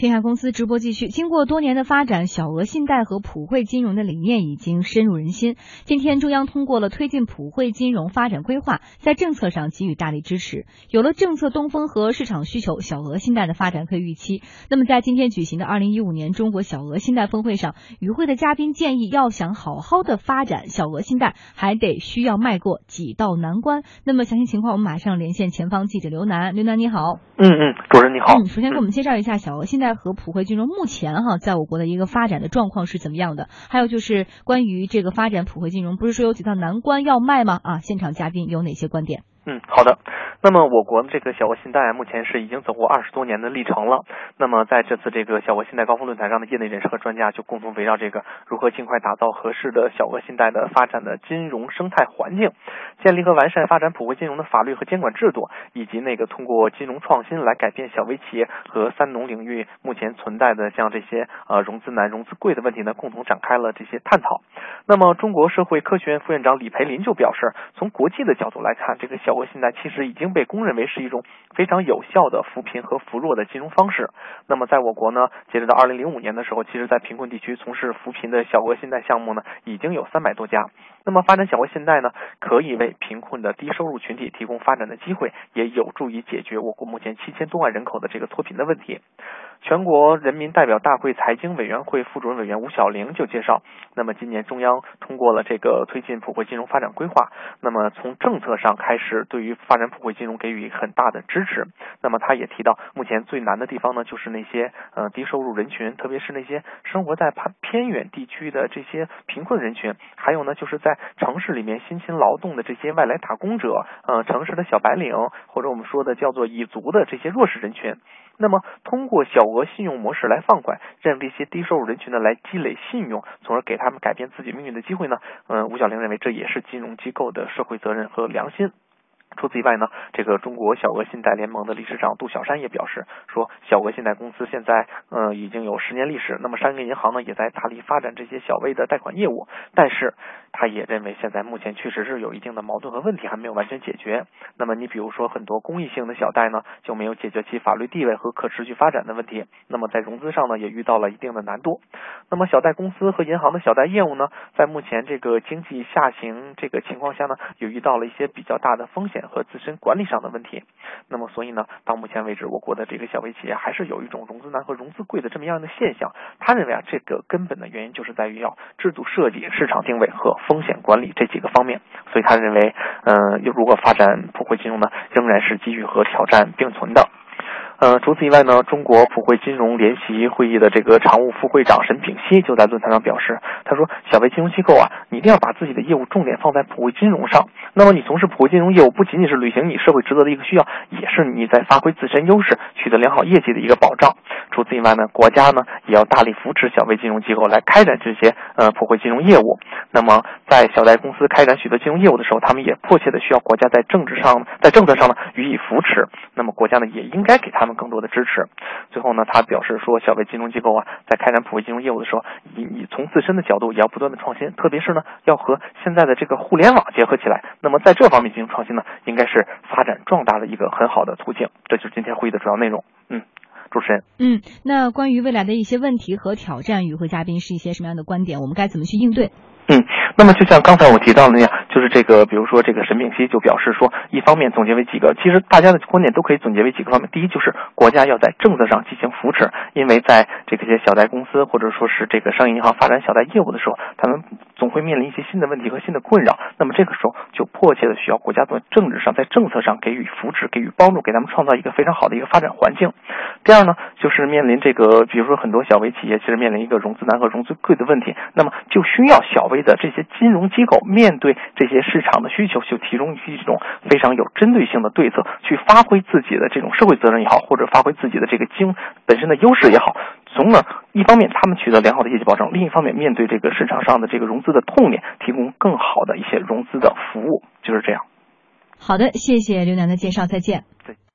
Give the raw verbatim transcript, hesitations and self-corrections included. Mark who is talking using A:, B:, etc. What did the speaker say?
A: 天下公司直播继续。经过多年的发展，小额信贷和普惠金融的理念已经深入人心。今天，中央通过了推进普惠金融发展规划，在政策上给予大力支持。有了政策东风和市场需求，小额信贷的发展可以预期。那么，在今天举行的二零一五年中国小额信贷峰会上，与会的嘉宾建议，要想好好的发展小额信贷，还得需要迈过几道难关。那么，详细情况我们马上连线前方记者刘楠。刘楠你好。
B: 嗯嗯，主任你好。
A: 嗯，首先给我们介绍一下小额信贷和普惠金融目前哈在我国的一个发展的状况是怎么样的？还有就是关于这个发展普惠金融，不是说有几道难关要迈吗？啊，现场嘉宾有哪些观点？
B: 嗯，好的。那么我国的这个小额信贷目前是已经走过二十多年的历程了。那么在这次这个小额信贷高峰论坛上的业内人士和专家就共同围绕这个如何尽快打造合适的小额信贷的发展的金融生态环境，建立和完善发展普惠金融的法律和监管制度，以及那个通过金融创新来改变小微企业和三农领域目前存在的像这些呃融资难、融资贵的问题呢，共同展开了这些探讨。那么中国社会科学院副院长李培林就表示，从国际的角度来看，这个小额信贷其实已经被公认为是一种非常有效的扶贫和扶弱的金融方式。那么在我国呢，截止到二零零五年的时候，其实在贫困地区从事扶贫的小额信贷项目呢，已经有三百多家。那么发展小额信贷呢，可以为贫困的低收入群体提供发展的机会，也有助于解决我国目前七千多万人口的这个脱贫的问题。全国人民代表大会财经委员会副主任委员吴晓玲就介绍，那么今年中央通过了这个推进普惠金融发展规划，那么从政策上开始对于发展普惠金融给予很大的支持。那么他也提到，目前最难的地方呢，就是那些呃低收入人群，特别是那些生活在偏偏远地区的这些贫困人群，还有呢就是在城市里面辛勤劳动的这些外来打工者，呃城市的小白领，或者我们说的叫做蚁族的这些弱势人群。那么通过小额信用模式来放宽，让这些低收入人群呢来积累信用，从而给他们改变自己命运的机会呢，嗯、呃，吴晓玲认为这也是金融机构的社会责任和良心。除此以外呢，这个中国小额信贷联盟的理事长杜小山也表示说，小额信贷公司现在呃已经有十年历史，那么商业银行呢也在大力发展这些小微的贷款业务，但是他也认为现在目前确实是有一定的矛盾和问题还没有完全解决。那么你比如说很多公益性的小贷呢就没有解决其法律地位和可持续发展的问题，那么在融资上呢也遇到了一定的难度。那么小贷公司和银行的小贷业务呢，在目前这个经济下行这个情况下呢，也遇到了一些比较大的风险和自身管理上的问题。那么所以呢，到目前为止我国的这个小微企业还是有一种融资难和融资贵的这么样的现象。他认为啊，这个根本的原因就是在于要制度设计、市场定位和风险管理这几个方面。所以他认为呃，如果发展普惠金融呢，仍然是机遇和挑战并存的。呃，除此以外呢，中国普惠金融联席会议的这个常务副会长沈炳熙就在论坛上表示，他说，小微金融机构啊，你一定要把自己的业务重点放在普惠金融上。那么你从事普惠金融业务，不仅仅是履行你社会职责的一个需要，也是你在发挥自身优势、取得良好业绩的一个保障。除此以外呢，国家呢也要大力扶持小微金融机构来开展这些呃普惠金融业务。那么在小贷公司开展许多金融业务的时候，他们也迫切的需要国家在政治上、在政策上呢予以扶持。那么国家呢也应该给他们更多的支持。最后呢，他表示说，小微金融机构啊，在开展普惠金融业务的时候，以以从自身的角度也要不断的创新，特别是呢，要和现在的这个互联网结合起来。那么在这方面进行创新呢，应该是发展壮大的一个很好的途径。这就是今天会议的主要内容。嗯。主持人，
A: 嗯，那关于未来的一些问题和挑战，与会嘉宾是一些什么样的观点？我们该怎么去应对？
B: 嗯，那么就像刚才我提到的那样，就是这个，比如说这个沈炳熙就表示说，一方面总结为几个，其实大家的观点都可以总结为几个方面。第一，就是国家要在政策上进行扶持，因为在这个些小贷公司或者说是这个商业银行发展小贷业务的时候，他们总会面临一些新的问题和新的困扰。那么这个时候就迫切的需要国家在政治上、在政策上给予扶持、给予帮助，给他们创造一个非常好的一个发展环境。第二呢，就是面临这个，比如说很多小微企业其实面临一个融资难和融资贵的问题，那么就需要小微的这些金融机构面对这些市场的需求，就提供一种非常有针对性的对策，去发挥自己的这种社会责任也好，或者发挥自己的这个经本身的优势也好，从而一方面他们取得良好的业绩保证，另一方面面对这个市场上的这个融资的痛点，提供更好的一些融资的服务，就是这样。
A: 好的，谢谢刘楠的介绍，再见。